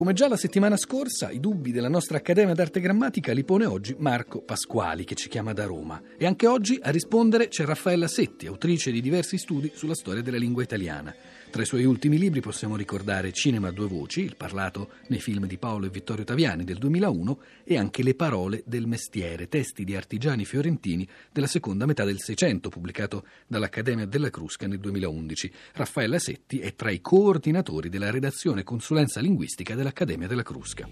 Come già la settimana scorsa, i dubbi della nostra Accademia d'Arte Grammatica li pone oggi Marco Pasquali, che ci chiama da Roma. E anche oggi a rispondere c'è Raffaella Setti, autrice di diversi studi sulla storia della lingua italiana. Tra i suoi ultimi libri possiamo ricordare Cinema a due voci, il parlato nei film di Paolo e Vittorio Taviani del 2001, e anche Le parole del mestiere, testi di artigiani fiorentini della seconda metà del Seicento, pubblicato dall'Accademia della Crusca nel 2011. Raffaella Setti è tra i coordinatori della redazione e consulenza linguistica dell'Accademia della Crusca.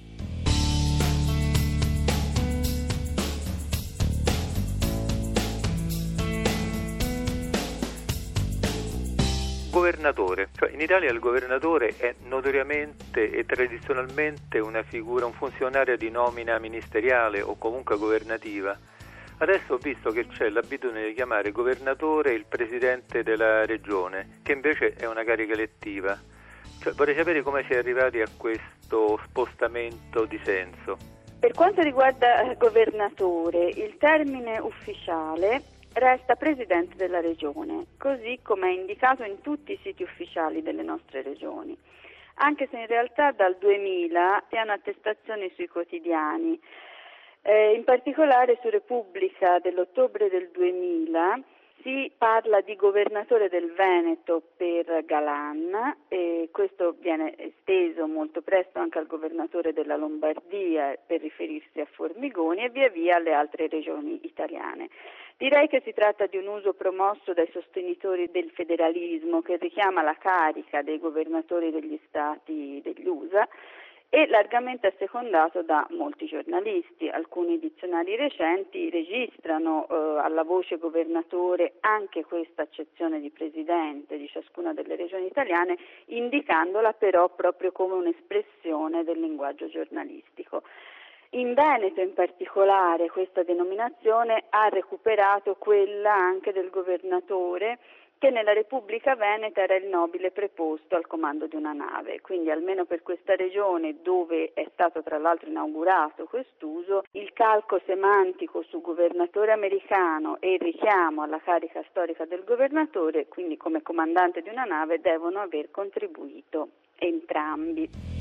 Governatore, cioè in Italia il governatore è notoriamente e tradizionalmente una figura, un funzionario di nomina ministeriale o comunque governativa. Adesso ho visto che c'è l'abitudine di chiamare governatore il presidente della regione, che invece è una carica elettiva. Cioè, vorrei sapere come si è arrivati a questo spostamento di senso. Per quanto riguarda governatore, il termine ufficiale resta presidente della regione, così come è indicato in tutti i siti ufficiali delle nostre regioni, anche se in realtà dal 2000 si hanno attestazioni sui quotidiani. In particolare su Repubblica dell'ottobre del 2000 si parla di governatore del Veneto per Galan e questo viene esteso molto presto anche al governatore della Lombardia per riferirsi a Formigoni e via via alle altre regioni italiane. Direi che si tratta di un uso promosso dai sostenitori del federalismo che richiama la carica dei governatori degli stati degli USA e largamente assecondato da molti giornalisti. Alcuni dizionari recenti registrano alla voce governatore anche questa accezione di presidente di ciascuna delle regioni italiane, indicandola però proprio come un'espressione del linguaggio giornalistico. In Veneto in particolare questa denominazione ha recuperato quella anche del governatore, che nella Repubblica Veneta era il nobile preposto al comando di una nave, quindi almeno per questa regione dove è stato tra l'altro inaugurato quest'uso, il calco semantico su governatore americano e il richiamo alla carica storica del governatore, quindi come comandante di una nave, devono aver contribuito entrambi.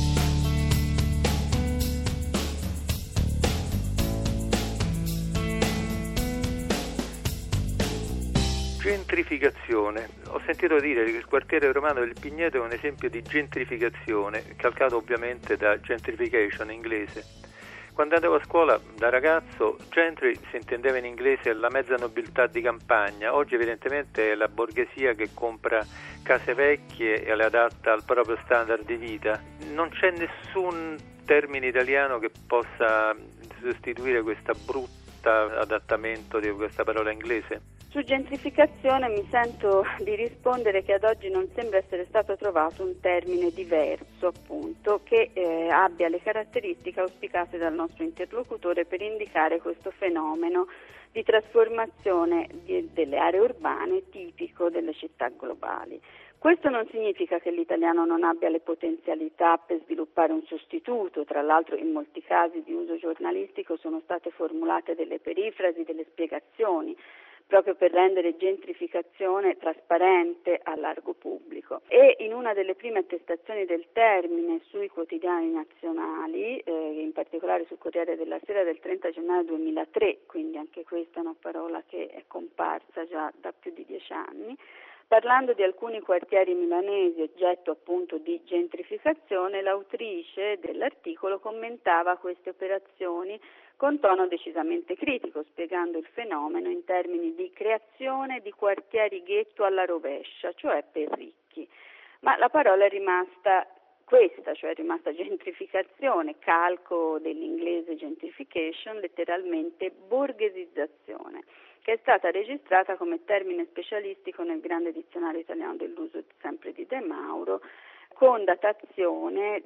Gentrificazione. Ho sentito dire che il quartiere romano del Pigneto è un esempio di gentrificazione, calcato ovviamente da gentrification inglese. Quando andavo a scuola da ragazzo, gentry si intendeva in inglese la mezza nobiltà di campagna. Oggi evidentemente è la borghesia che compra case vecchie e le adatta al proprio standard di vita. Non c'è nessun termine italiano che possa sostituire questa brutta adattamento di questa parola inglese. Su gentrificazione mi sento di rispondere che ad oggi non sembra essere stato trovato un termine diverso, appunto, che abbia le caratteristiche auspicate dal nostro interlocutore per indicare questo fenomeno di trasformazione delle aree urbane tipico delle città globali. Questo non significa che l'italiano non abbia le potenzialità per sviluppare un sostituto, tra l'altro in molti casi di uso giornalistico sono state formulate delle perifrasi, delle spiegazioni, proprio per rendere gentrificazione trasparente al largo pubblico. E in una delle prime attestazioni del termine sui quotidiani nazionali, in particolare sul Corriere della Sera del 30 gennaio 2003, quindi anche questa è una parola che è comparsa già da più di 10 anni, parlando di alcuni quartieri milanesi oggetto appunto di gentrificazione, l'autrice dell'articolo commentava queste operazioni con tono decisamente critico, spiegando il fenomeno in termini di creazione di quartieri ghetto alla rovescia, cioè per ricchi. Ma la parola è rimasta questa, cioè è rimasta gentrificazione, calco dell'inglese gentrification, letteralmente borghesizzazione, che è stata registrata come termine specialistico nel grande dizionario italiano dell'uso sempre di De Mauro, con datazione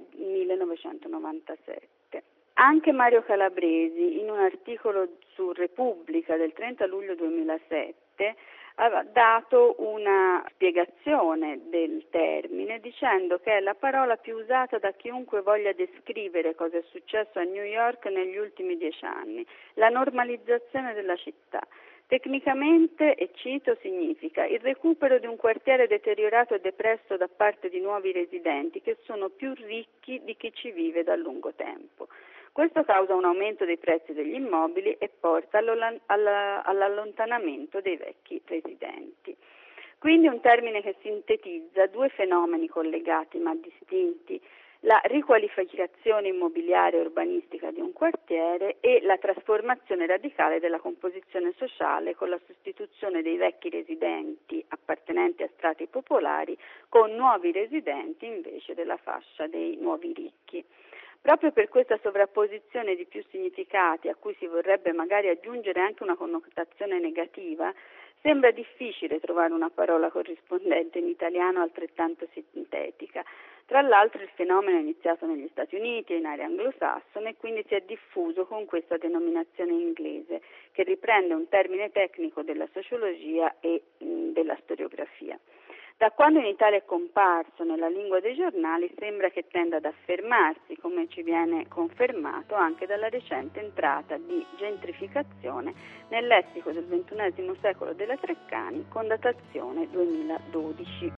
1997. Anche Mario Calabresi, in un articolo su Repubblica del 30 luglio 2007, aveva dato una spiegazione del termine dicendo che è la parola più usata da chiunque voglia descrivere cosa è successo a New York negli ultimi 10 anni, la normalizzazione della città. Tecnicamente, e cito, significa il recupero di un quartiere deteriorato e depresso da parte di nuovi residenti che sono più ricchi di chi ci vive da lungo tempo. Questo causa un aumento dei prezzi degli immobili e porta all'allontanamento dei vecchi residenti. Quindi un termine che sintetizza due fenomeni collegati ma distinti: la riqualificazione immobiliare e urbanistica di un quartiere e la trasformazione radicale della composizione sociale con la sostituzione dei vecchi residenti appartenenti a strati popolari con nuovi residenti invece della fascia dei nuovi ricchi. Proprio per questa sovrapposizione di più significati, a cui si vorrebbe magari aggiungere anche una connotazione negativa, sembra difficile trovare una parola corrispondente in italiano altrettanto sintetica. Tra l'altro il fenomeno è iniziato negli Stati Uniti e in area anglosassone e quindi si è diffuso con questa denominazione inglese, che riprende un termine tecnico della sociologia e della storiografia. Da quando in Italia è comparso nella lingua dei giornali sembra che tenda ad affermarsi, come ci viene confermato anche dalla recente entrata di gentrificazione nel lessico del XXI secolo della Treccani con datazione 2012.